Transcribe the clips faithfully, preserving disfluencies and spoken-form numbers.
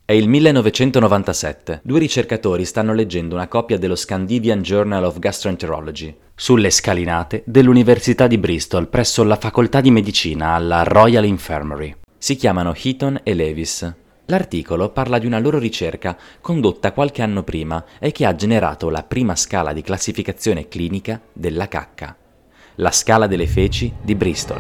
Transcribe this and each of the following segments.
È il millenovecentonovantasette. Due ricercatori stanno leggendo una copia dello Scandinavian Journal of Gastroenterology sulle scalinate dell'Università di Bristol presso la facoltà di medicina alla Royal Infirmary. Si chiamano Heaton e Lewis. L'articolo parla di una loro ricerca condotta qualche anno prima e che ha generato la prima scala di classificazione clinica della cacca, la scala delle feci di Bristol.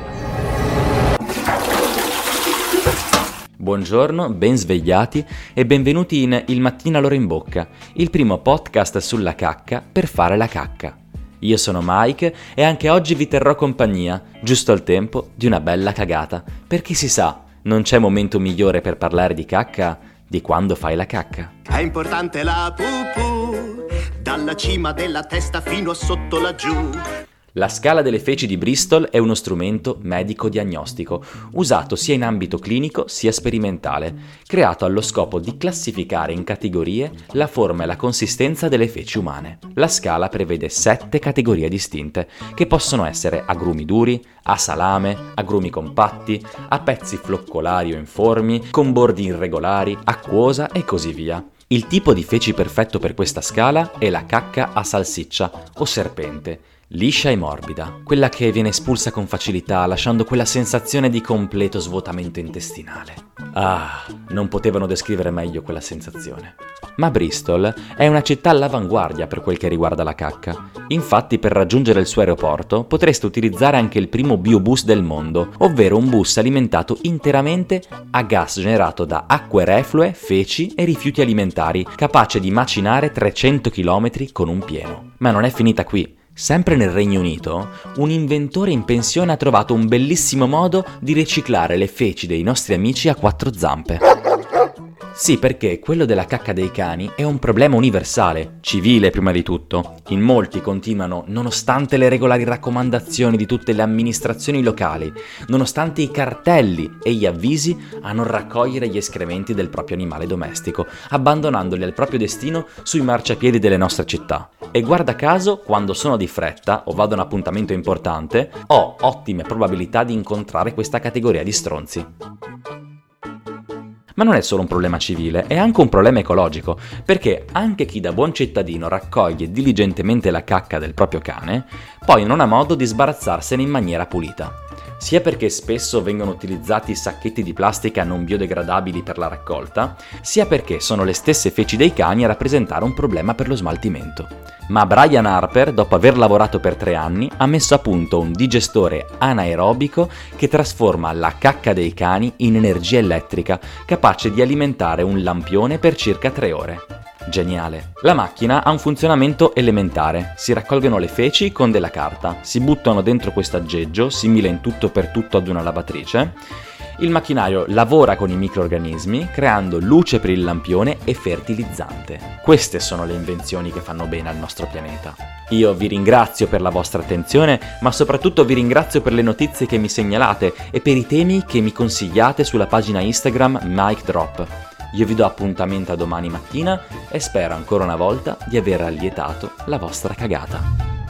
Buongiorno, ben svegliati e benvenuti in Il mattino all'ora in bocca, il primo podcast sulla cacca per fare la cacca. Io sono Mike e anche oggi vi terrò compagnia, giusto al tempo di una bella cagata, perché si sa, non c'è momento migliore per parlare di cacca di quando fai la cacca. È importante la pupù, dalla cima della testa fino a sotto laggiù. La scala delle feci di Bristol è uno strumento medico-diagnostico, usato sia in ambito clinico sia sperimentale, creato allo scopo di classificare in categorie la forma e la consistenza delle feci umane. La scala prevede sette categorie distinte, che possono essere agrumi duri, a salame, agrumi compatti, a pezzi floccolari o informi, con bordi irregolari, acquosa e così via. Il tipo di feci perfetto per questa scala è la cacca a salsiccia o serpente, liscia e morbida, quella che viene espulsa con facilità, lasciando quella sensazione di completo svuotamento intestinale. Ah, non potevano descrivere meglio quella sensazione. Ma Bristol è una città all'avanguardia per quel che riguarda la cacca. Infatti, per raggiungere il suo aeroporto potreste utilizzare anche il primo biobus del mondo, ovvero un bus alimentato interamente a gas generato da acque reflue, feci e rifiuti alimentari, capace di macinare trecento chilometri con un pieno. Ma non è finita qui. Sempre nel Regno Unito, un inventore in pensione ha trovato un bellissimo modo di riciclare le feci dei nostri amici a quattro zampe. Sì, perché quello della cacca dei cani è un problema universale, civile prima di tutto. In molti continuano, nonostante le regolari raccomandazioni di tutte le amministrazioni locali, nonostante i cartelli e gli avvisi, a non raccogliere gli escrementi del proprio animale domestico, abbandonandoli al proprio destino sui marciapiedi delle nostre città. E guarda caso, quando sono di fretta o vado a un appuntamento importante, ho ottime probabilità di incontrare questa categoria di stronzi. Ma non è solo un problema civile, è anche un problema ecologico, perché anche chi da buon cittadino raccoglie diligentemente la cacca del proprio cane, poi non ha modo di sbarazzarsene in maniera pulita. Sia perché spesso vengono utilizzati sacchetti di plastica non biodegradabili per la raccolta, sia perché sono le stesse feci dei cani a rappresentare un problema per lo smaltimento. Ma Brian Harper, dopo aver lavorato per tre anni, ha messo a punto un digestore anaerobico che trasforma la cacca dei cani in energia elettrica, capace di alimentare un lampione per circa tre ore. Geniale. La macchina ha un funzionamento elementare. Si raccolgono le feci con della carta, si buttano dentro questo aggeggio, simile in tutto per tutto ad una lavatrice. Il macchinario lavora con i microrganismi, creando luce per il lampione e fertilizzante. Queste sono le invenzioni che fanno bene al nostro pianeta. Io vi ringrazio per la vostra attenzione, ma soprattutto vi ringrazio per le notizie che mi segnalate e per i temi che mi consigliate sulla pagina Instagram Mike Drop. Io vi do appuntamento a domani mattina e spero ancora una volta di aver allietato la vostra cagata.